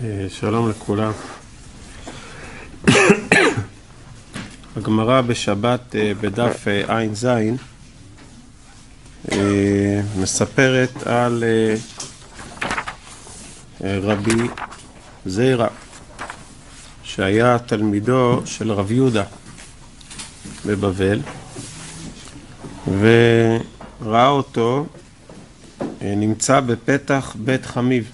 שלום לכולם. הגמרא בשבת בדף עין זין מספרת על רבי זירא שהיה תלמידו של רב יהודה בבבל, וראה אותו נמצא בפתח בית חמיב,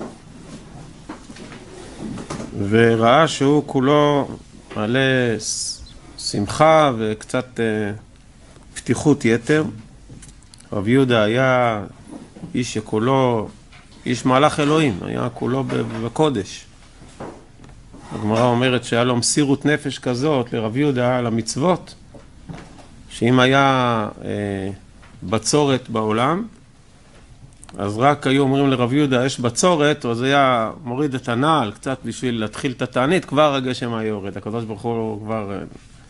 וראה שהוא כולו מלא שמחה וקצת פתיחות יתר. רב יהודה היה איש שכולו, איש מהלך אלוהים, היה כולו בקודש. הגמרא אומרת שהיה לו מסירות נפש כזאת לרב יהודה על המצוות, שאם היה בצורת בעולם, אז רק היו אומרים לרב יהודה יש בצורת, אז היה מוריד את הנעל קצת בשביל להתחיל את התענית, כבר הגשם היה יורד. הקדוש ברוך הוא כבר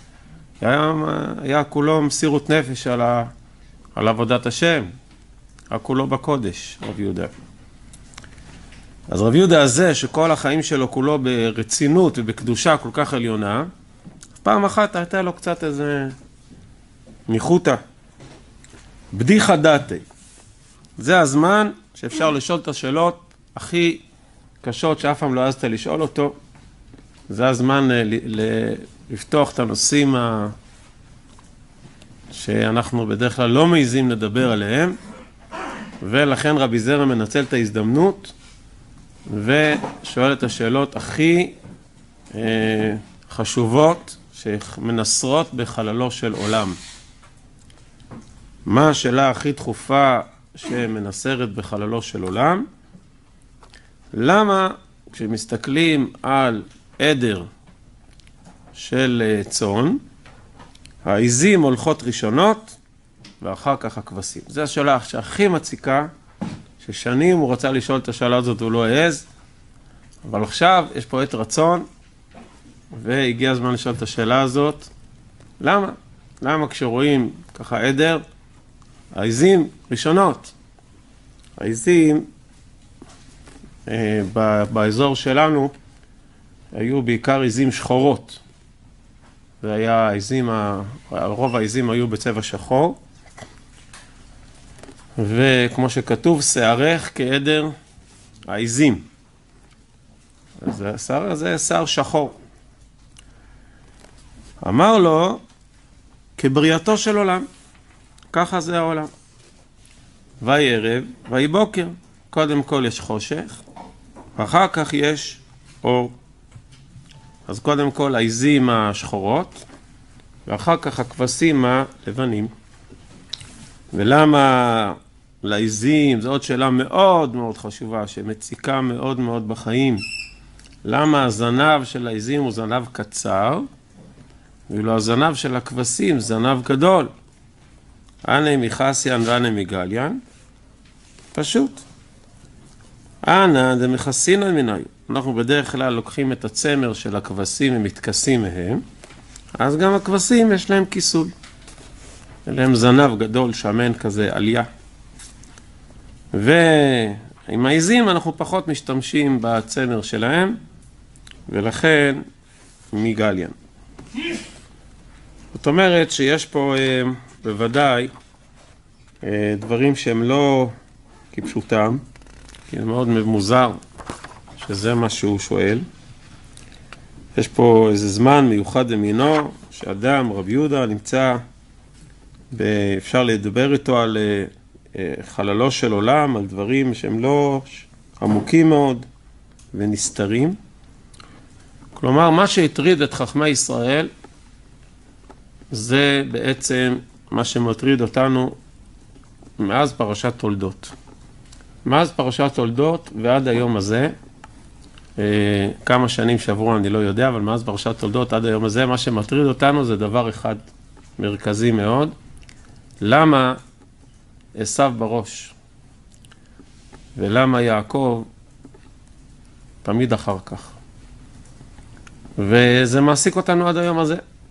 היה כולו מסירות נפש על עבודת השם, היה כולו בקודש רב יהודה. אז רב יהודה הזה שכל החיים שלו כולו ברצינות ובקדושה כל כך עליונה, פעם אחת הייתה לו קצת איזה ניחותא, בדיחה דעתי. זה הזמן שאפשר לשאול את השאלות הכי קשות שאף פעם לא העזת לשאול אותו. זה הזמן לפתוח את הנושאים שאנחנו בדרך כלל לא מעיזים לדבר עליהם, ולכן רבי זירא מנצל את ההזדמנות ושואל את השאלות הכי חשובות שמנסרות בחללו של עולם. מה השאלה הכי דחופה שמנסרת בחללו של עולם? למה כשמסתכלים על עדר של צאן, העיזים הולכות ראשונות ואחר כך הכבשים? זו השאלה שהכי מציקה, ששנים הוא רצה לשאול את השאלה הזאת והוא לא העז, אבל עכשיו יש פה עת רצון והגיע הזמן לשאול את השאלה הזאת. למה? למה כשרואים ככה עדר, העיזים ראשונות? העיזים באזור שלנו היו בעיקר עיזים שחורות. זה היה העיזים, רוב העיזים היו בצבע שחור. וכמו שכתוב, שערך כעדר העיזים. אז השיער הזה שיער שחור. אמר לו, כבריאתו של עולם. ככה זה העולם. ויהי ערב, ויהי בוקר. קודם כל יש חושך, ואחר כך יש אור. אז קודם כל העיזים השחורות, ואחר כך הכבשים הלבנים. ולמה לעיזים, זו עוד שאלה מאוד מאוד חשובה, שמציקה מאוד מאוד בחיים. למה הזנב של העיזים הוא זנב קצר, ואילו הזנב של הכבשים זנב גדול? אנה מחסיין ואנה מגליין? פשוט. אנה זה מחסינן מנהיו. אנחנו בדרך כלל לוקחים את הצמר של הכבשים ומתכסים מהם, אז גם הכבשים יש להם כיסוי. להם זנב גדול, שמן כזה, עלייה. ועם העיזים אנחנו פחות משתמשים בצמר שלהם, ולכן מגליין. זאת אומרת שיש פה בוודאי דברים שהם לא כפשוטם, כי זה מאוד מוזר שזה מה שהוא שואל. יש פה איזה זמן מיוחד במינו, שאדם, רב יהודה, נמצא, אפשר לדבר איתו על חללו של עולם, על דברים שהם לא עמוקים מאוד ונסתרים. כלומר, מה שהטריד את חכמי ישראל, זה בעצם מה שמטריד אותנו מאז פרשת תולדות. מאז פרשת תולדות ועד היום הזה, כמה שנים שעברו אני לא יודע, אבל מאז פרשת תולדות עד היום הזה, מה שמטריד אותנו זה דבר אחד מרכזי מאוד. למה עשיו בראש? ולמה יעקב תמיד אחר כך? וזה מעסיק אותנו עד היום הזה.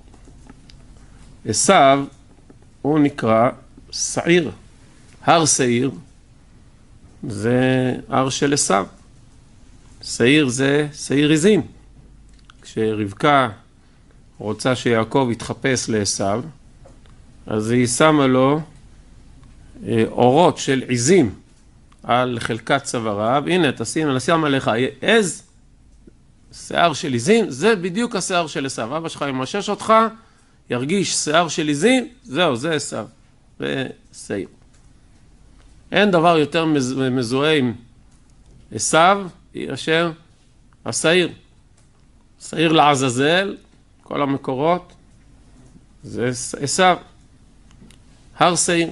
עשיו הוא נקרא שעיר, הר שעיר, זה הר של עשיו. שעיר זה שעיר עזים. כשרבקה רוצה שיעקב יתחפש לעשיו, אז היא שמה לו אורות של עזים על חלקת צוואריו. הנה, נשים עליך עז, שיער של עזים, זה בדיוק השיער של עשיו. אבא שלך ימשש אותך, ירגיש שיער של עזים, זהו, זה עשיו. זה שעיר. אין דבר יותר מזוהה עם עשיו אשר השעיר. שעיר לעזאזל, כל המקורות, זה עשיו. הר שעיר.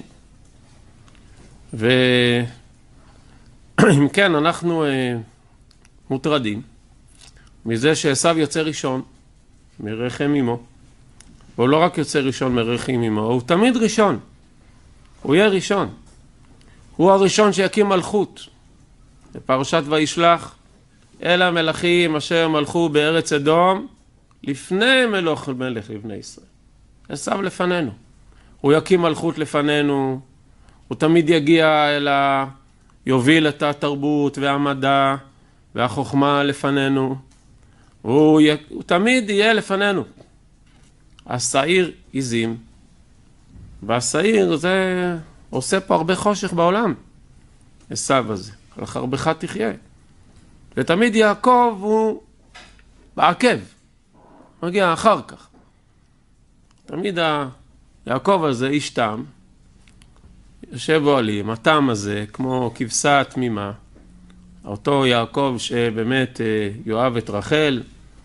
ואם כן, אנחנו מוטרדים מזה שעשיו יוצא ראשון מרחם אמו. והוא לא רק יוצא ראשון מרחם אמו, הוא תמיד ראשון. הוא יהיה ראשון. הוא הראשון שיקים מלכות. בפרשת וישלח, אלה המלכים אשר מלכו בארץ אדום לפני מלך לבני ישראל. עשיו לפנינו. הוא יקים מלכות לפנינו. הוא תמיד יגיע יוביל את התרבות והמדע והחוכמה לפנינו. הוא תמיד יהיה לפנינו. השעיר עזים, והשעיר זה עושה פה הרבה חושך בעולם. עשיו הזה, על חרבך תחיה. ותמיד יעקב הוא בעקב, מגיע אחר כך. תמיד יעקב הזה איש תם, יושב אוהלים, התם הזה כמו כבשה תמימה, אותו יעקב שבאמת יואב את רחל,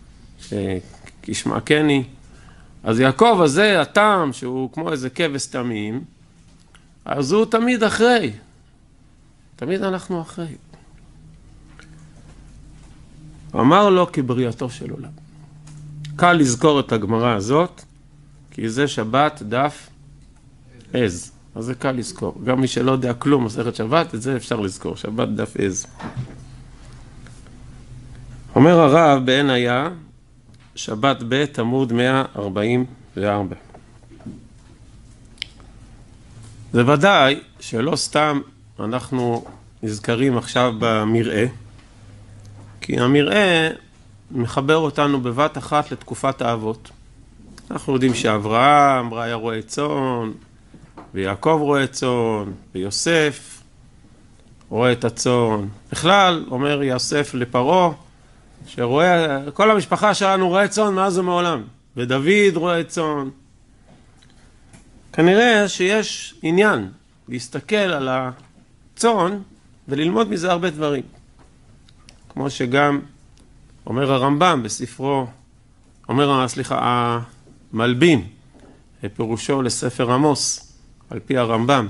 כשמה קני, אז יעקב הזה, התם, שהוא כמו איזה כבש תמים, אז הוא תמיד אחרי. תמיד אנחנו אחרי. אמר לו כבריאתו של עולם. קל לזכור את הגמרא הזאת, כי זה שבת דף עז. אז זה קל לזכור. גם מי שלא יודע כלום מסכת שבת, את זה אפשר לזכור. שבת דף עז. אומר הרב בעין היה, שבת ב' עמוד 144. זה ודאי שלא סתם אנחנו נזכרים עכשיו במראה, כי המראה מחבר אותנו בבת אחת לתקופת האבות. אנחנו יודעים שאברהם היה רועה צאן, ויעקב רועה צאן, ויוסף רואה את הצאן. בכלל, אומר יוסף לפרעה, שרואה, כל המשפחה שלנו רואה צאן מאז ומעולם, ודוד רואה צאן. כנראה שיש עניין להסתכל על הצאן וללמוד מזה הרבה דברים. כמו שגם אומר הרמב"ם בספרו, המלבים, פירושו לספר עמוס, על פי הרמב"ם,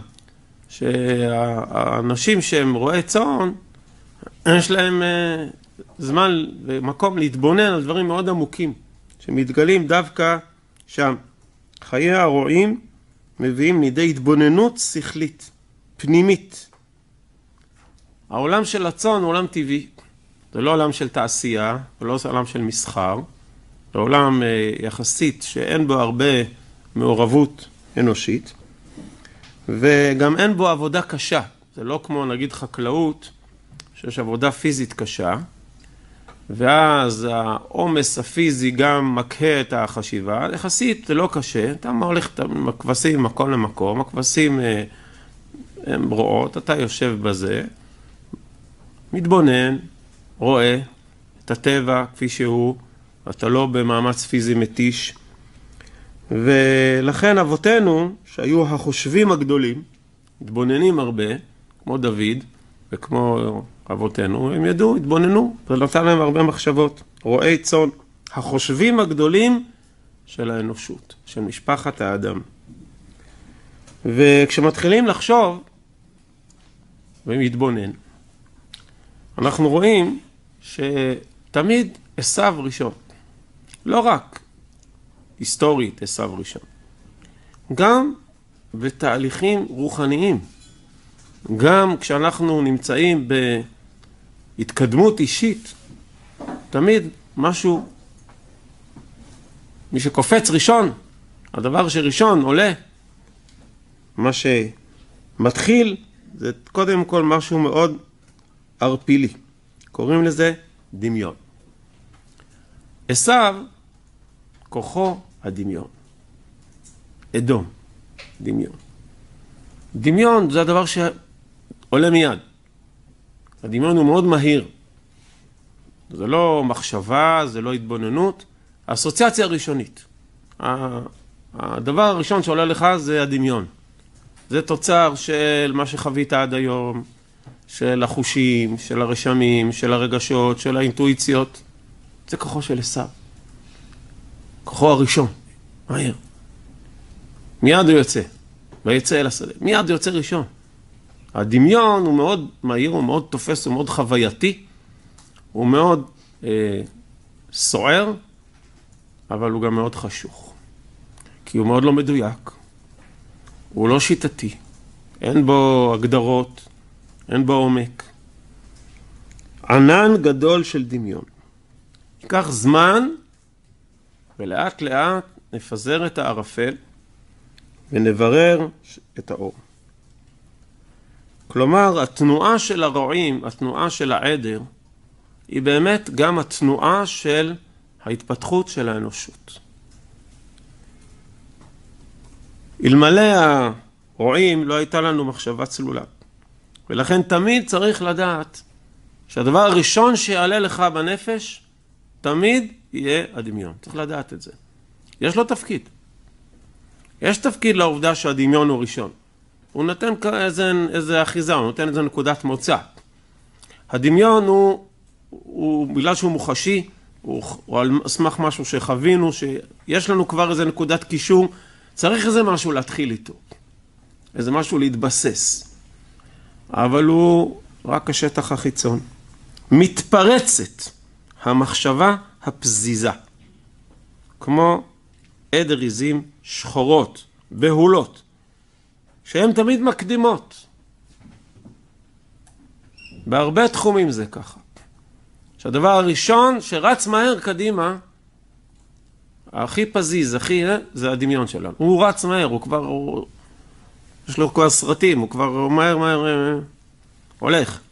שהאנשים שהם רואי צאן, יש להם זמן ומקום להתבונן על דברים מאוד עמוקים, שמתגלים דווקא שם. חיי הרועים מביאים לידי התבוננות שכלית, פנימית. העולם של הצאן הוא עולם טבעי. זה לא עולם של תעשייה, זה לא עולם של מסחר. זה עולם יחסית שאין בו הרבה מעורבות אנושית. וגם אין בו עבודה קשה. זה לא כמו נגיד חקלאות, שיש עבודה פיזית קשה. ואז העומס הפיזי גם מקהה את החשיבה. יחסית זה לא קשה. אתה הולך את הכבשים ממקום למקום. הכבשים הם רואות, אתה יושב בזה. מתבונן, רואה את הטבע כפי שהוא, אתה לא במאמץ פיזי מתיש. ולכן אבותינו, שהיו החושבים הגדולים, מתבוננים הרבה, כמו דוד וכמו אבותינו, הם ידעו, התבוננו, ונתן להם הרבה מחשבות. רואי צאן, החושבים הגדולים של האנושות, של משפחת האדם. וכשמתחילים לחשוב ומתבונן, אנחנו רואים שתמיד עשיו ראשון. לא רק היסטורית עשיו ראשון. גם בתהליכים רוחניים. גם כשאנחנו נמצאים בהתקדמות אישית, תמיד משהו, מי שקופץ ראשון, הדבר שראשון עולה, מה שמתחיל זה קודם כל משהו מאוד ערפילי. קוראים לזה דמיון. עשיו, כוחו הדמיון. אדום, דמיון. דמיון זה הדבר שעולה מיד. הדמיון הוא מאוד מהיר. זה לא מחשבה, זה לא התבוננות. האסוציאציה הראשונית. הדבר הראשון שעולה לך זה הדמיון. זה תוצר של מה שחווית עד היום, של החושים, של הרשמים, של הרגשות, של האינטואיציות. זה כוחו של עשיו. כוחו הראשון, מהיר. מיד הוא יוצא, ויצא אל השדה. מיד הוא יוצא ראשון. הדמיון הוא מאוד מהיר, הוא מאוד תופס, הוא מאוד חווייתי, הוא מאוד סוער, אבל הוא גם מאוד חשוך. כי הוא מאוד לא מדויק, הוא לא שיטתי, אין בו הגדרות, אין בו עומק. ענן גדול של דמיון. ייקח זמן, ולאט לאט נפזר את הערפל, ונברר את האור. כלומר, התנועה של הרועים, התנועה של העדר, היא באמת גם התנועה של ההתפתחות של האנושות. אלמלא הרועים לא הייתה לנו מחשבה צלולה. ולכן תמיד צריך לדעת שהדבר הראשון שיעלה לך בנפש, תמיד יהיה הדמיון. צריך לדעת את זה. יש לו תפקיד. יש תפקיד לעובדה שהדמיון הוא ראשון. הוא נותן איזה אחיזה, הוא נותן איזה נקודת מוצא. הדמיון הוא בגלל שהוא מוחשי, הוא על סמך משהו שחווינו, שיש לנו כבר איזה נקודת קישור, צריך איזה משהו להתחיל איתו. איזה משהו להתבסס. אבל הוא רק השטח החיצון. מתפרצת המחשבה הפזיזה. כמו עדר עיזים שחורות, בהולות, שהן תמיד מקדימות. בהרבה תחומים זה ככה. שהדבר הראשון שרץ מהר קדימה, הכי פזיז, זה הדמיון שלנו. הוא רץ מהר, הוא כבר, יש לו כבר סרטים, הוא כבר מהר הולך.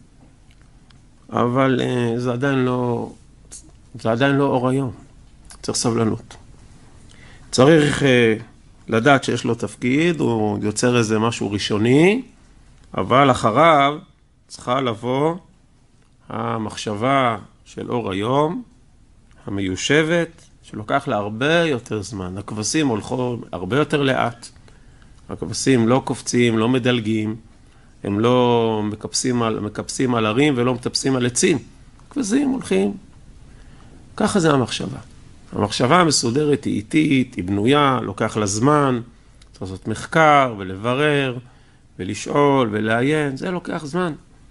אבל זה עדיין לא אור היום. צריך סבלנות. צריך לדעת שיש לו תפקיד, הוא יוצר איזה משהו ראשוני, אבל אחריו צריכה לבוא המחשבה של אור היום, המיושבת, שלוקח לה הרבה יותר זמן. הכבשים הולכו הרבה יותר לאט. הכבשים לא קופצים, לא מדלגים, הם לא מקפסים על הרים ולא מטפסים על עצים. הכבשים הולכים. ככה זה המחשבה. המחשבה המסודרת היא איטית, היא בנויה, לוקח לה זמן, צריך לעשות מחקר ולברר ולשאול ולעיין, זה לוקח זמן.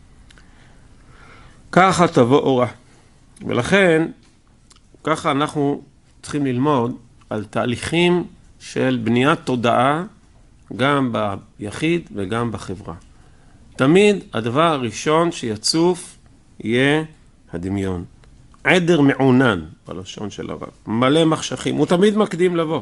ככה תבוא אורה. ולכן, ככה אנחנו צריכים ללמוד על תהליכים של בניית תודעה, גם ביחיד וגם בחברה. תמיד הדבר הראשון שיצוף יהיה הדמיון. עדר מעונן, בלשון של הרב, מלא מחשכים, הוא תמיד מקדים לבוא.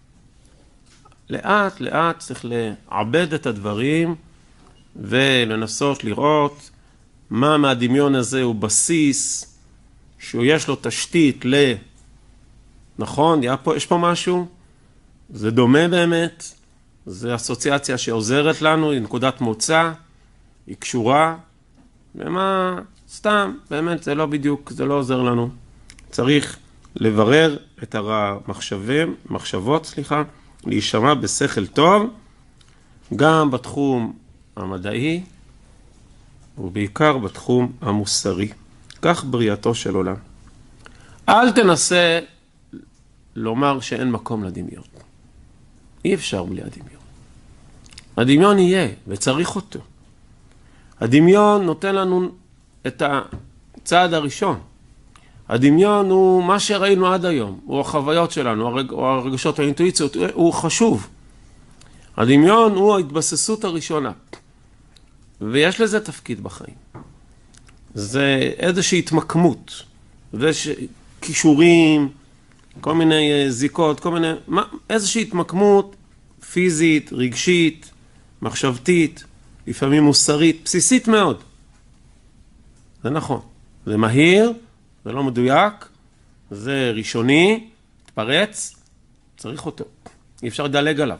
לאט לאט צריך לעבד את הדברים ולנסות לראות מה מהדמיון הזה הוא בסיס, שיש לו תשתית נכון, יש פה משהו, זה דומה באמת, זה אסוציאציה שעוזרת לנו, היא נקודת מוצא, היא קשורה, ומה סתם, באמת זה לא בדיוק, זה לא עוזר לנו. צריך לברר את המחשבות, להישמע בשכל טוב, גם בתחום המדעי, ובעיקר בתחום המוסרי. כך בריאתו של עולם. אל תנסה לומר שאין מקום לדמיון. אי אפשר בלי הדמיון. הדמיון יהיה, וצריך אותו. הדמיון נותן לנו את הצעד הראשון. הדמיון הוא מה שראינו עד היום, הוא החוויות שלנו, או הרגשות האינטואיציות, הוא חשוב. הדמיון הוא ההתבססות הראשונה. ויש לזה תפקיד בחיים. זה איזושהי התמקמות, קישורים, כל מיני זיקות, איזושהי התמקמות פיזית, רגשית, מחשבתית, לפעמים מוסרית, בסיסית מאוד. זה נכון. זה מהיר, זה לא מדויק, זה ראשוני, תפרץ, צריך אותו. אי אפשר לדלג עליו.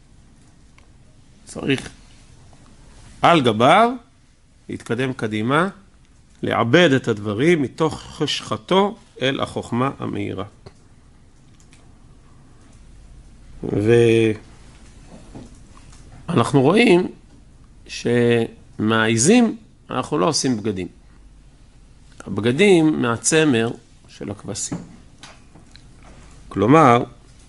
צריך על גביו להתקדם קדימה, לעבד את הדברים מתוך חשכתו אל החוכמה המהירה. ואנחנו רואים שמהעיזים אנחנו לא עושים בגדים. הבגדים מהצמר של הכבשים. כלומר,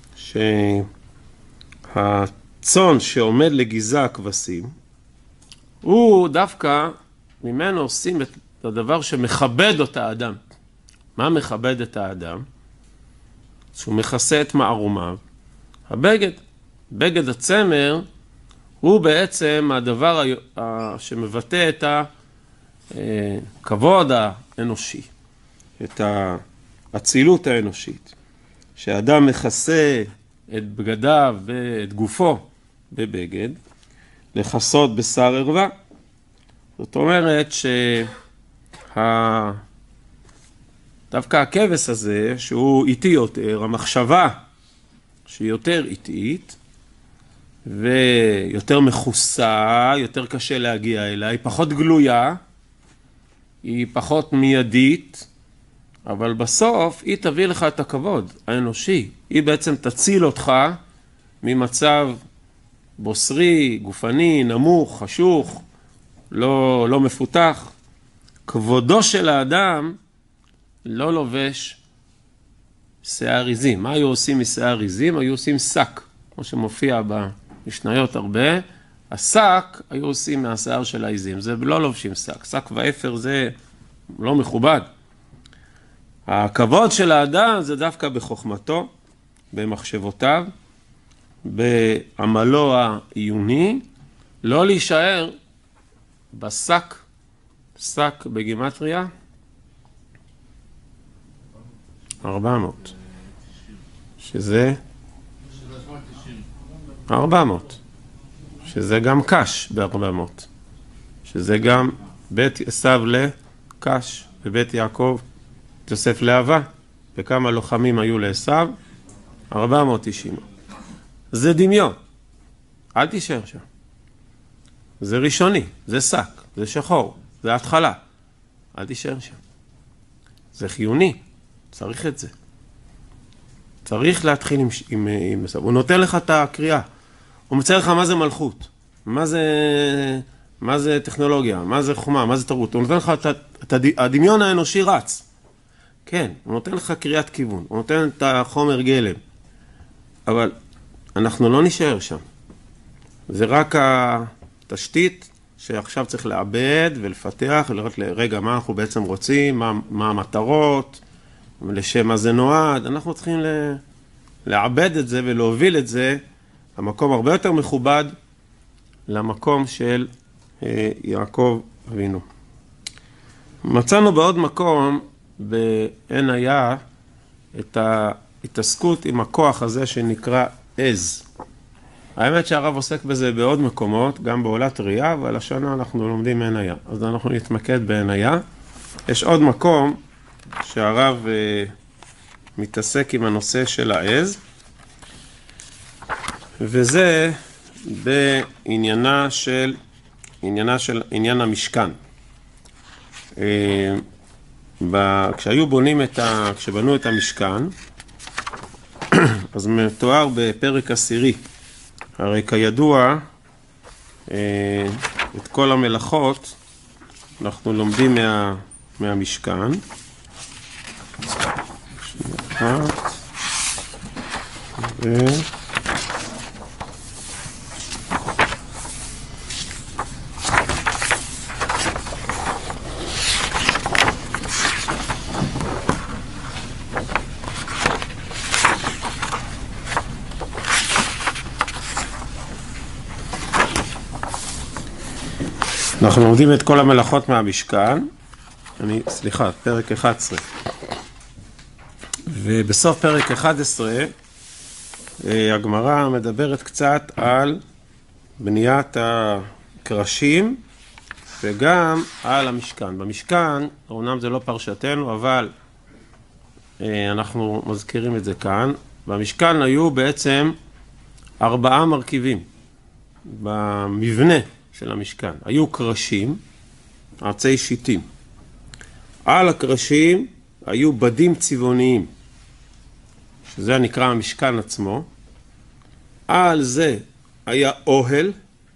שהצאן שעומד לגזע הכבשים, הוא דווקא ממנו עושים את הדבר שמכבד את האדם. מה מכבד את האדם? שהוא מכסה את מערומיו. הבגד, בגד הצמר, הוא בעצם הדבר שמבטא את הכבוד האנושי, את האצילות האנושית. שהאדם מכסה את בגדיו ואת גופו בבגד, לכסות בשר ערווה. זאת אומרת דווקא הכבש הזה, שהוא איטי יותר, המחשבה שהיא יותר איטית, ויותר מכוסה, יותר קשה להגיע אליה, היא פחות גלויה, היא פחות מיידית, אבל בסוף היא תביא לך את הכבוד האנושי. היא בעצם תציל אותך ממצב בוסרי, גופני, נמוך, חשוך, לא מפותח. כבודו של האדם לא לובש שיער עיזים. מה היו עושים משיער עיזים? היו עושים שק, כמו שמופיע במשניות הרבה. השק היו עושים מהשיער של העיזים. זה לא לובשים שק. שק ואפר זה לא מכובד. הכבוד של האדם זה דווקא בחוכמתו, במחשבותיו, בעמלו העיוני, לא להישאר בשק, שק בגימטריה, 400, שזה 400, שזה גם קש ב-400, שזה גם בית עשיו לקש, ובית יעקב יוסף לאהבה, וכמה לוחמים היו לעשיו? 490. זה דמיון, אל תישאר שם. זה ראשוני, זה שק, זה שחור, זה התחלה. אל תישאר שם. זה חיוני, צריך את זה. צריך להתחיל עם הוא נותן לך את הקריאה. הוא מצייר לך מה זה מלכות, מה זה טכנולוגיה, מה זה חומה, מה זה תרבות. הוא נותן לך את הדמיון האנושי רץ. כן, הוא נותן לך קריאת כיוון, הוא נותן את החומר גלם. אבל אנחנו לא נשאר שם. זה רק התשתית שעכשיו צריך לעבד ולפתח ולראות לרגע מה אנחנו בעצם רוצים, מה המטרות, לשם מה זה נועד. אנחנו צריכים לעבד את זה ולהוביל את זה למקום הרבה יותר מכובד, למקום של יעקב אבינו. מצאנו בעוד מקום בעין היה את ההתעסקות עם הכוח הזה שנקרא עז. האמת שהרב עוסק בזה בעוד מקומות, גם בעולת ראייה, אבל השנה אנחנו לומדים עין היה. אז אנחנו נתמקד בעין היה. יש עוד מקום שהרב מתעסק עם הנושא של העז, וזה בעניין המשכן. כשבנו את המשכן, אז מתואר בפרק 10. הרי כידוע, את כל המלאכות אנחנו לומדים מהמשכן. אנחנו לומדים את כל המלאכות מהמשכן, פרק 11. ובסוף פרק 11, הגמרא מדברת קצת על בניית הקרשים, וגם על המשכן. במשכן, אומנם זה לא פרשתנו, אבל אנחנו מזכירים את זה כאן. במשכן היו בעצם 4 מרכיבים במבנה של המשכן. היו קרשים, עצי שיטים. על הקרשים היו בדים צבעוניים, שזה נקרא המשכן עצמו. על זה היה אוהל,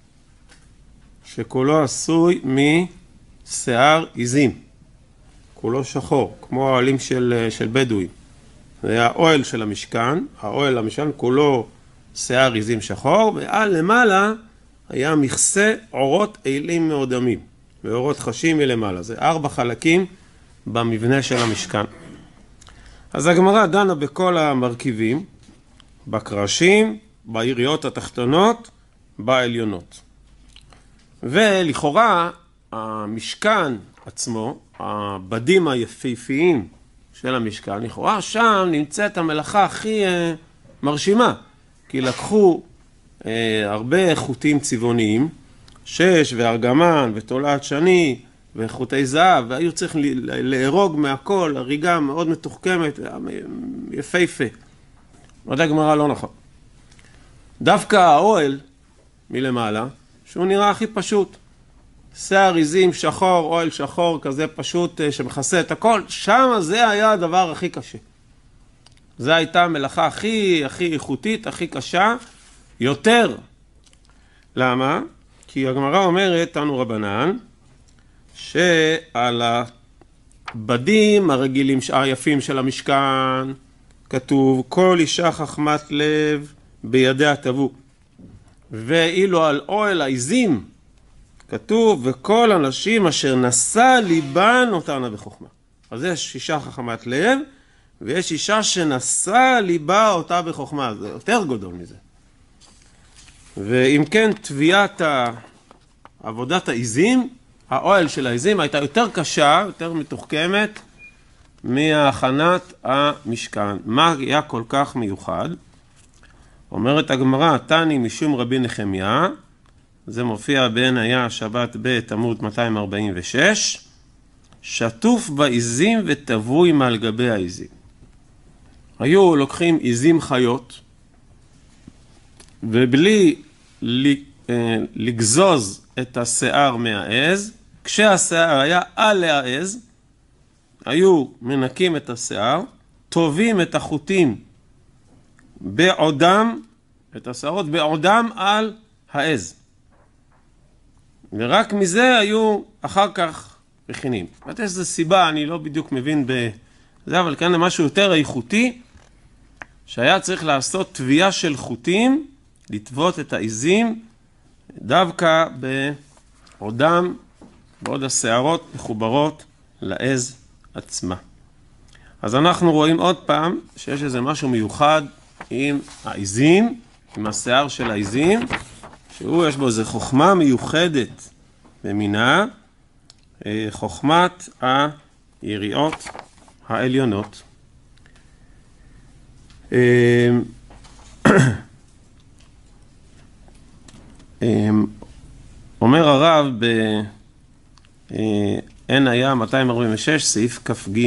שכולו עשוי משיער עיזים. כולו שחור, כמו האוהלים של בדואים. זה היה האוהל של המשכן, האוהל המשכן כולו שיער עיזים שחור, ועל למעלה היה מכסה אורות אילים מאודמים, ואורות חשים מלמעלה. זה 4 חלקים במבנה של המשכן. אז הגמרא דנה בכל המרכיבים, בקרשים, ביריות התחתונות, בעליונות. ולכאורה המשכן עצמו, הבדים היפהפיים של המשכן, לכאורה שם נמצאת המלאכה הכי מרשימה, כי לקחו הרבה חוטים צבעוניים, שש וארגמן ותולעת שני וחוטי זהב, והיו צריך להרוג מהכל, הריגה מאוד מתוחכמת, יפהפה. עוד הגמרא לא נכון. דווקא האוהל מלמעלה, שהוא נראה הכי פשוט. שיער עיזים שחור, אוהל שחור כזה פשוט שמכסה את הכל, שם זה היה הדבר הכי קשה. זה הייתה המלאכה הכי איכותית, הכי קשה, יותר. למה? כי הגמרא אומרת, תנו רבנן, שעל הבדים הרגילים היפים של המשכן, כתוב, כל אישה חכמת לב בידיה תבוא. ואילו על אוהל העיזים, כתוב, וכל הנשים אשר נשא ליבן אותנה בחוכמה. אז יש אישה חכמת לב, ויש אישה שנשא ליבה אותה בחוכמה. זה יותר גדול מזה. ואם כן, תביעת עבודת העיזים, האוהל של העיזים הייתה יותר קשה, יותר מתוחכמת, מהכנת המשכן. מה היה כל כך מיוחד? אומרת הגמרא, תני משום רבי נחמיה, זה מופיע בעניה שבת ב' עמוד 246, שטוף בעיזים וטבוי מעל גבי העיזים. היו לוקחים עיזים חיות, ובלי לגזוז את השיער מהעז, כשהשיער היה על העז, היו מנקים את השיער, טובים את החוטים בעודם, את השערות בעודם על העז. ורק מזה היו אחר כך מכינים. יש איזו סיבה, אני לא בדיוק מבין בזה, אבל כאן משהו יותר איכותי, שהיה צריך לעשות טביעה של חוטים, לטוות את העיזים, דווקא בעודם, בעוד השערות מחוברות לעז עצמה. אז אנחנו רואים עוד פעם שיש איזה משהו מיוחד עם העיזים, עם השיער של העיזים, שהוא יש בו איזו חוכמה מיוחדת במינה, חוכמת היריעות העליונות. אומר הרב בעין היה 246 סעיף כ"ג,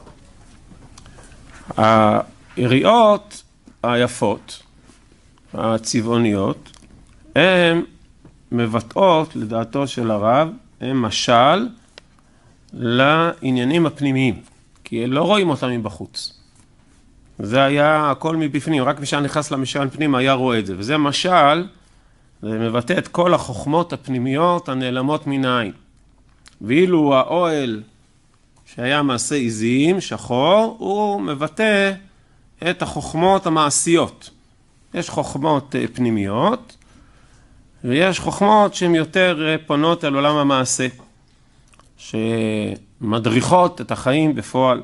היריעות היפות, הצבעוניות, הן מבטאות לדעתו של הרב, הן משל לעניינים הפנימיים, כי לא רואים אותם מבחוץ. זה היה הכל מבפנים, רק מי שנכנס למשכן פנים היה רואה את זה, וזה משל, זה מבטא את כל החוכמות הפנימיות הנעלמות מן העין. ואילו האוהל שהיה מעשה עיזים, שחור, הוא מבטא את החוכמות המעשיות. יש חוכמות פנימיות, ויש חוכמות שהן יותר פונות על עולם המעשה, שמדריכות את החיים בפועל.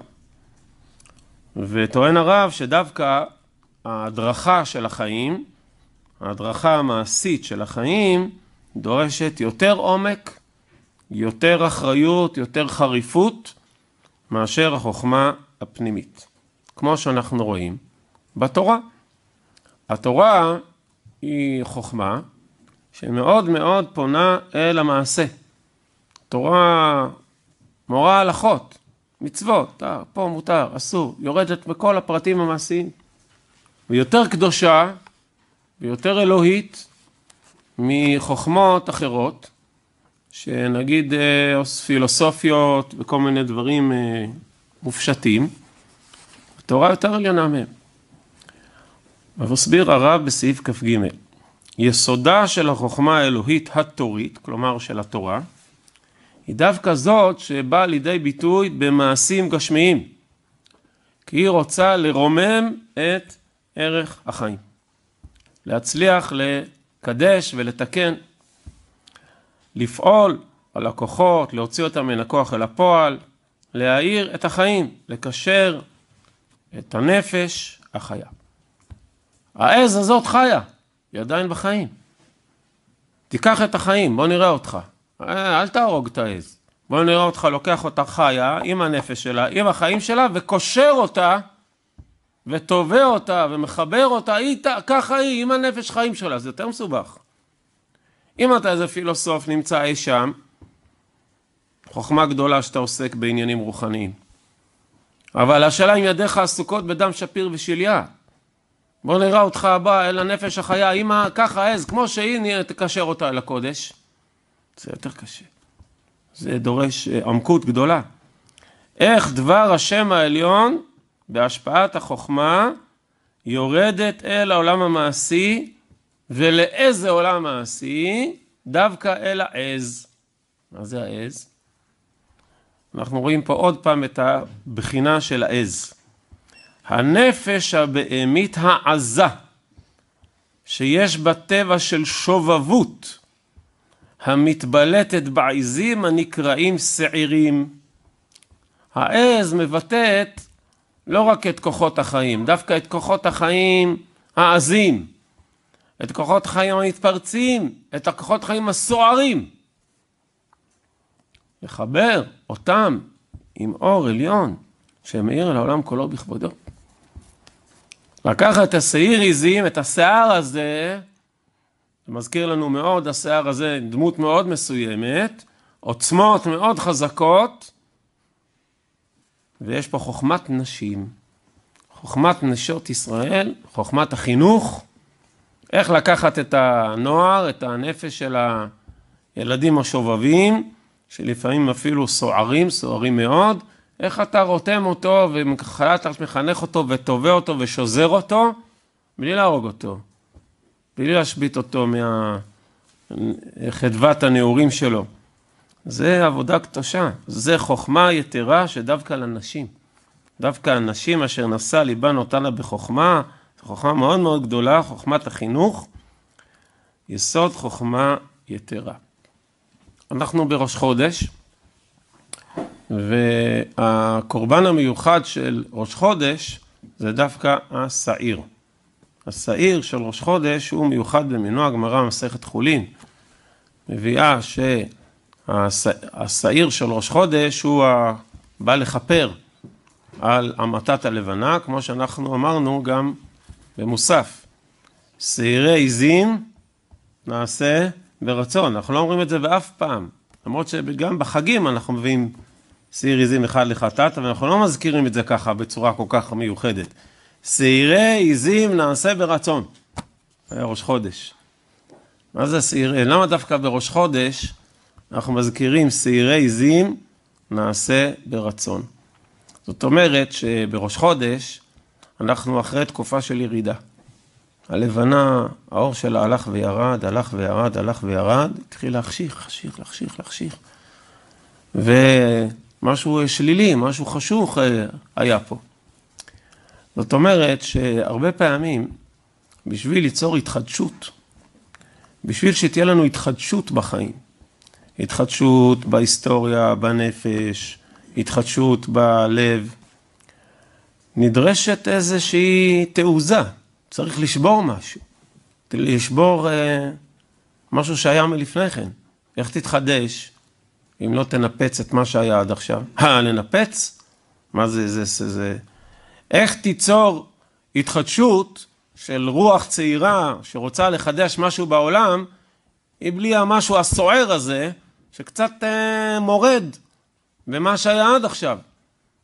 וטוען הרב שדווקא ההדרכה של החיים, ההדרכה המעשית של החיים, דורשת יותר עומק, יותר אחריות, יותר חריפות, מאשר החוכמה הפנימית. כמו שאנחנו רואים בתורה. התורה היא חוכמה שמאוד מאוד פונה אל המעשה. תורה מורה הלכות, מצוות, פה מותר, אסור, יורדת בכל הפרטים המעשיים, ויותר קדושה, ויותר אלוהית, מחוכמות אחרות, שנגיד פילוסופיות וכל מיני דברים מופשטים, התורה יותר עליונה מהם. ומסביר הרב בסעיף כ"ג, יסודה של החוכמה האלוהית התורית, כלומר של התורה, היא דווקא זאת שבאה לידי ביטוי במעשים גשמיים, כי היא רוצה לרומם את ערך החיים, להצליח לקדש ולתקן, לפעול על הכוחות, להוציא אותם מן הכוח אל הפועל, להאיר את החיים, לקשר את הנפש החיה. העז הזאת חיה, היא עדיין בחיים. תיקח את החיים, בוא נראה אותך. אל תהרוג את העז. בוא נראה אותך, לוקח אותה חיה עם הנפש שלה, עם החיים שלה, וקושר אותה, וטובע אותה, ומחבר אותה, ככה היא, עם הנפש חיים שלה. זה יותר מסובך. אם אתה איזה פילוסוף נמצא אי שם, חוכמה גדולה שאתה עוסק בעניינים רוחניים. אבל השאלה אם ידיך עסוקות בדם שפיר ושליה. בוא נראה אותך הבא אל הנפש החיה, אמא, ככה עז, כמו שהיא תקשר אותה אל הקודש. זה יותר קשה. זה דורש עמקות גדולה. איך דבר השם העליון, בהשפעת החוכמה, יורדת אל העולם המעשי, ולאיזה עולם מעשי? דווקא אל העז. מה זה העז? אנחנו רואים פה עוד פעם את הבחינה של העז. הנפש הבהמית העזה, שיש בה טבע של שובבות, המתבלטת בעזים הנקראים שעירים. העז מבטאת לא רק את כוחות החיים, דווקא את כוחות החיים העזים, את כוחות החיים המתפרצים, את הכוחות החיים הסוערים. לחבר אותם עם אור עליון שמאיר אל העולם כולו בכבודו. לקחת את השעיר עזים, את השיער הזה, זה מזכיר לנו מאוד, השיער הזה דמות מאוד מסוימת, עוצמות מאוד חזקות, ויש פה חוכמת נשים, חוכמת נשות ישראל, חוכמת החינוך, איך לקחת את הנוער, את הנפש של הילדים השובבים, שלפעמים אפילו סוערים מאוד, איך אתה רותם אותו ומחנך אותו וטובה אותו ושוזר אותו, בלי להרוג אותו, בלי להשבית אותו מחדוות הנעורים שלו. זה עבודה קדושה, זה חוכמה יתרה שדווקא לנשים. דווקא הנשים אשר נשא ליבן אותנה בחוכמה, זו חוכמה מאוד מאוד גדולה, חוכמת החינוך, יסוד חוכמה יתרה. אנחנו בראש חודש, והקורבן המיוחד של ראש חודש זה דווקא השעיר. השעיר של ראש חודש הוא מיוחד במינו. הגמרא מסכת חולין מביאה שהשעיר של ראש חודש הוא בא לכפר על המתת הלבנה, כמו שאנחנו אמרנו גם במוסף. שעירי עזים נעשה ברצון. אנחנו לא אומרים את זה באף פעם, למרות שגם בחגים אנחנו מביאים שעיר עזים אחד לחטאת, אבל אנחנו לא מזכירים את זה ככה בצורה כל כך מיוחדת. שעירי עזים נעשה ברצון. היה ראש חודש. מה זה שעירי? למה דווקא בראש חודש אנחנו מזכירים שעירי עזים נעשה ברצון? זאת אומרת שבראש חודש אנחנו אחרי תקופה של ירידה. הלבנה, האור שלה הלך וירד, הלך וירד, הלך וירד, התחיל להחשיך. ומשהו שלילי, משהו חשוך היה פה. זאת אומרת שהרבה פעמים, בשביל ליצור התחדשות, בשביל שתהיה לנו התחדשות בחיים, התחדשות בהיסטוריה, בנפש, התחדשות בלב, נדרשת איזושהי תעוזה. צריך לשבור משהו, לשבור משהו שהיה מלפני כן. איך תתחדש אם לא תנפץ את מה שהיה עד עכשיו? לנפץ? מה זה? איך תיצור התחדשות של רוח צעירה שרוצה לחדש משהו בעולם, בלי המשהו הסוער הזה, שקצת מורד במה שהיה עד עכשיו.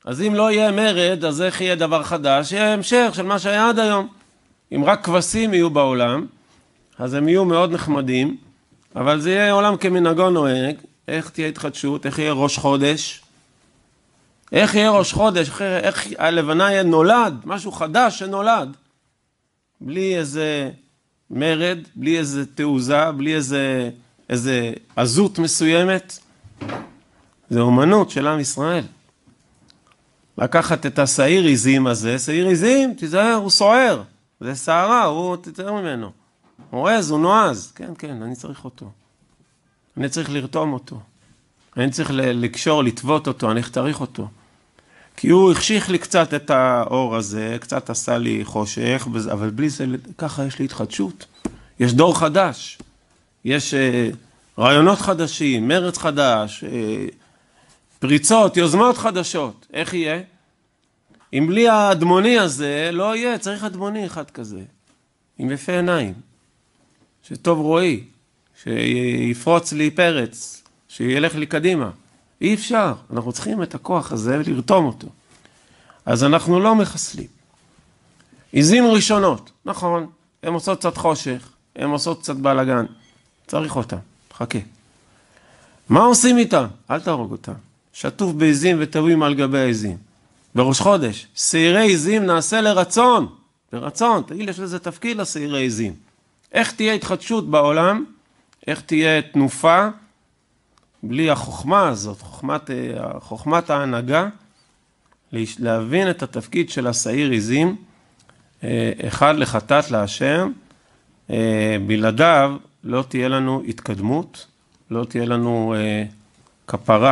אז אם לא יהיה מרד, אז איך יהיה דבר חדש? יהיה המשך של מה שהיה עד היום. אם רק כבשים יהיו בעולם, אז הם יהיו מאוד נחמדים, אבל זה יהיה עולם כמנהגו נוהג. איך תהיה התחדשות? איך יהיה ראש חודש? איך יהיה ראש חודש? איך הלבנה יהיה נולד? משהו חדש שנולד. בלי איזה מרד, בלי איזה תעוזה, בלי איזה עזות מסוימת. זה אומנות של עם ישראל. לקחת את השעיר עזים הזה, שעיר עזים, תיזהר, הוא סוער. זה שערה, הוא תתאר ממנו. הוא עז, הוא נועז. כן, כן, אני צריך אותו. אני צריך לרתום אותו. אני צריך לקשור, לטוות אותו, אני צריך אותו. כי הוא החשיך לי קצת את האור הזה, קצת עשה לי חושך, אבל בלי זה, ככה יש לי התחדשות. יש דור חדש. יש רעיונות חדשים, מרץ חדש, פריצות, יוזמות חדשות. איך יהיה? אם בלי האדמוני הזה, לא יהיה, צריך אדמוני אחד כזה. עם יפה עיניים. שטוב רואי. שיפרוץ לי פרץ. שילך לי קדימה. אי אפשר. אנחנו צריכים את הכוח הזה ולרתום אותו. אז אנחנו לא מחסלים. עזים ראשונות. נכון. הן עושות קצת חושך. הן עושות קצת בלגן. צריך אותם. חכה. מה עושים איתם? אל תהרוג אותם. שטוף בעזים וטובים על גבי העזים. בראש חודש, שעירי עזים נעשה לרצון. לרצון, תגיד, יש לזה תפקיד לשעירי עזים. איך תהיה התחדשות בעולם? איך תהיה תנופה? בלי החוכמה הזאת, חוכמת ההנהגה, להבין את התפקיד של השעיר עזים, אחד לחטאת להשם, בלעדיו לא תהיה לנו התקדמות, לא תהיה לנו כפרה.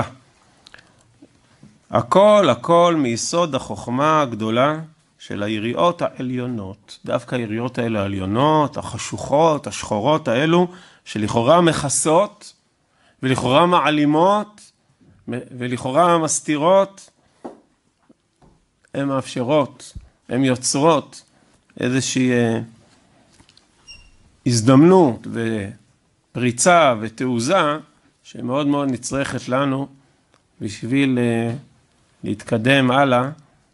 הכל מיסוד החוכמה הגדולה של היריעות העליונות. דווקא היריעות האלה העליונות, החשוכות, השחורות האלו, שלכאורה מכסות, ולכאורה מעלימות, ולכאורה מסתירות, הן מאפשרות, הן יוצרות איזושהי הזדמנות ופריצה ותעוזה, שמאוד מאוד נצרכת לנו, בשביל להתקדם הלאה,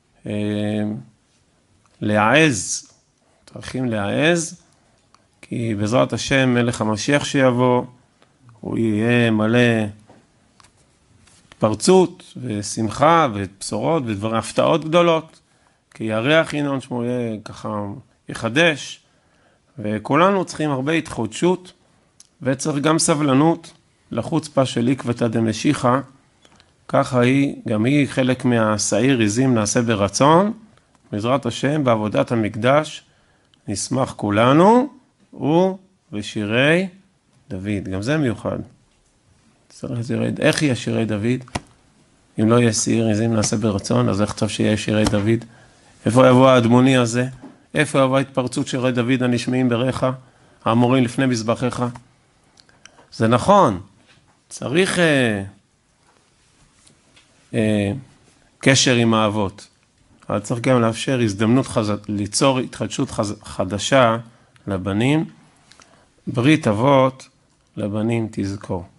להעז, צריכים להעז, כי בעזרת השם מלך המשיח שיבוא, הוא יהיה מלא התפרצות ושמחה ובשורות ודברים, הפתעות גדולות, כי ירח ינון שמו יהיה ככה יחדש, וכולנו צריכים הרבה התחדשות, וצריך גם סבלנות לחוצפה של עקבתא דמשיחא, ככה היא, גם היא חלק מהשעיר עזים נעשה ברצון, בעזרת השם בעבודת המקדש נשמח כולנו, ושירי דוד, גם זה מיוחד. איך יהיה שירי דוד? אם לא יהיה שעיר עזים נעשה ברצון, אז איך טוב שיהיה שירי דוד? איפה יבוא האדמוני הזה? איפה יבוא התפרצות שירי דוד הנשמעים בריך, האמורים לפני מזבחיך? זה נכון, צריך קשר עם האבות, אבל צריך גם לאפשר הזדמנות ליצור התחדשות חדשה לבנים, ברית אבות לבנים תזכור.